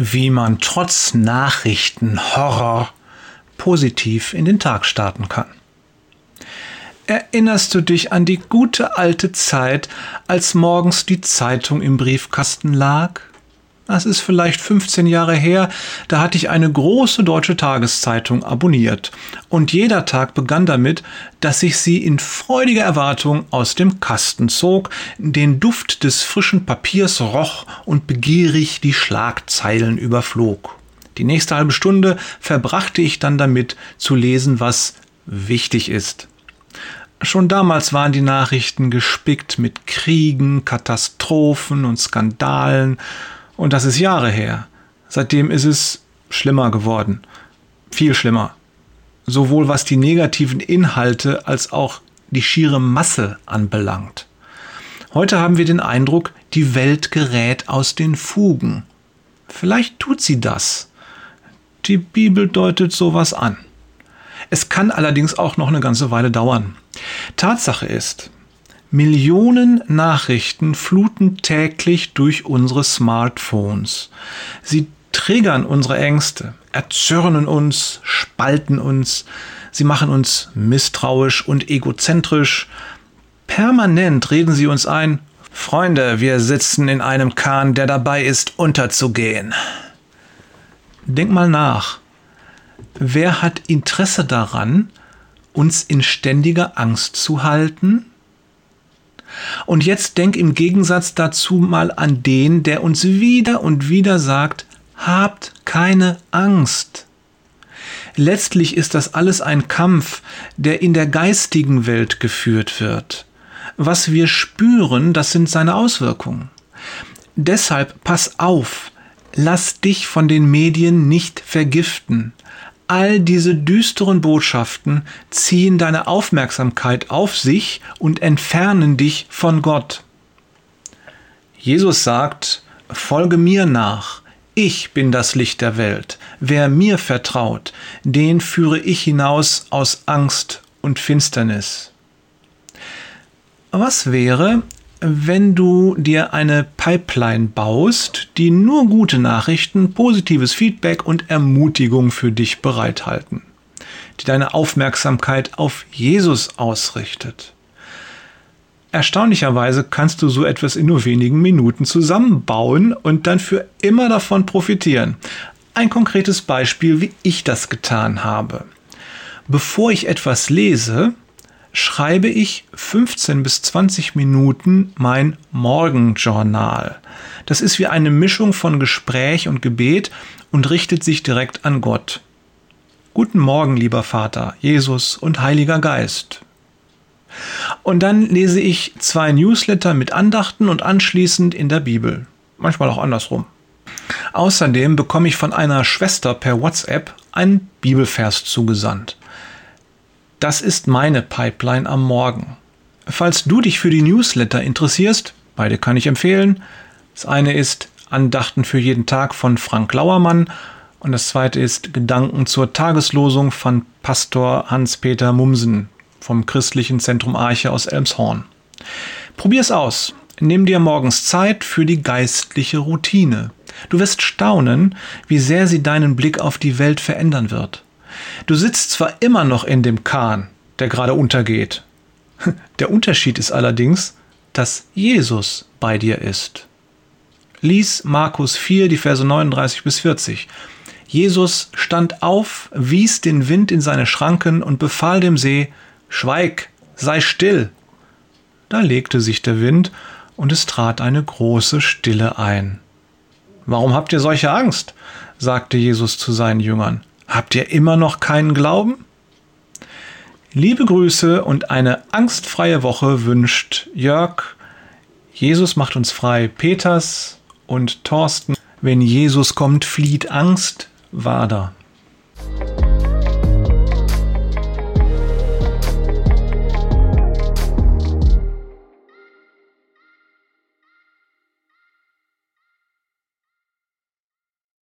wie man trotz Nachrichtenhorror positiv in den Tag starten kann. Erinnerst du dich an die gute alte Zeit, als morgens die Zeitung im Briefkasten lag? Das ist vielleicht 15 Jahre her, da hatte ich eine große deutsche Tageszeitung abonniert. Und jeder Tag begann damit, dass ich sie in freudiger Erwartung aus dem Kasten zog, den Duft des frischen Papiers roch und begierig die Schlagzeilen überflog. Die nächste halbe Stunde verbrachte ich dann damit, zu lesen, was wichtig ist. Schon damals waren die Nachrichten gespickt mit Kriegen, Katastrophen und Skandalen. Und das ist Jahre her. Seitdem ist es schlimmer geworden. Viel schlimmer. Sowohl was die negativen Inhalte als auch die schiere Masse anbelangt. Heute haben wir den Eindruck, die Welt gerät aus den Fugen. Vielleicht tut sie das. Die Bibel deutet sowas an. Es kann allerdings auch noch eine ganze Weile dauern. Tatsache ist, Millionen Nachrichten fluten täglich durch unsere Smartphones. Sie triggern unsere Ängste, erzürnen uns, spalten uns, sie machen uns misstrauisch und egozentrisch. Permanent reden sie uns ein: Freunde, wir sitzen in einem Kahn, der dabei ist, unterzugehen. Denk mal nach. Wer hat Interesse daran, uns in ständiger Angst zu halten? Und jetzt denk im Gegensatz dazu mal an den, der uns wieder und wieder sagt: Habt keine Angst. Letztlich ist das alles ein Kampf, der in der geistigen Welt geführt wird. Was wir spüren, das sind seine Auswirkungen. Deshalb pass auf, lass dich von den Medien nicht vergiften. All diese düsteren Botschaften ziehen deine Aufmerksamkeit auf sich und entfernen dich von Gott. Jesus sagt: Folge mir nach. Ich bin das Licht der Welt. Wer mir vertraut, den führe ich hinaus aus Angst und Finsternis. Was wäre, wenn du dir eine Pipeline baust, die nur gute Nachrichten, positives Feedback und Ermutigung für dich bereithalten, die deine Aufmerksamkeit auf Jesus ausrichtet? Erstaunlicherweise kannst du so etwas in nur wenigen Minuten zusammenbauen und dann für immer davon profitieren. Ein konkretes Beispiel, wie ich das getan habe. Bevor ich etwas lese, schreibe ich 15 bis 20 Minuten mein Morgenjournal. Das ist wie eine Mischung von Gespräch und Gebet und richtet sich direkt an Gott. Guten Morgen, lieber Vater, Jesus und Heiliger Geist. Und dann lese ich 2 Newsletter mit Andachten und anschließend in der Bibel. Manchmal auch andersrum. Außerdem bekomme ich von einer Schwester per WhatsApp einen Bibelvers zugesandt. Das ist meine Pipeline am Morgen. Falls du dich für die Newsletter interessierst, beide kann ich empfehlen. Das eine ist Andachten für jeden Tag von Frank Lauermann und das zweite ist Gedanken zur Tageslosung von Pastor Hans-Peter Mumsen vom Christlichen Zentrum Arche aus Elmshorn. Probier's aus. Nimm dir morgens Zeit für die geistliche Routine. Du wirst staunen, wie sehr sie deinen Blick auf die Welt verändern wird. Du sitzt zwar immer noch in dem Kahn, der gerade untergeht. Der Unterschied ist allerdings, dass Jesus bei dir ist. Lies Markus 4, die Verse 39 bis 40. Jesus stand auf, wies den Wind in seine Schranken und befahl dem See: Schweig, sei still. Da legte sich der Wind und es trat eine große Stille ein. Warum habt ihr solche Angst? Sagte Jesus zu seinen Jüngern. Habt ihr immer noch keinen Glauben? Liebe Grüße und eine angstfreie Woche wünscht Jörg. Jesus macht uns frei. Peters und Thorsten. Wenn Jesus kommt, flieht Angst. Wader.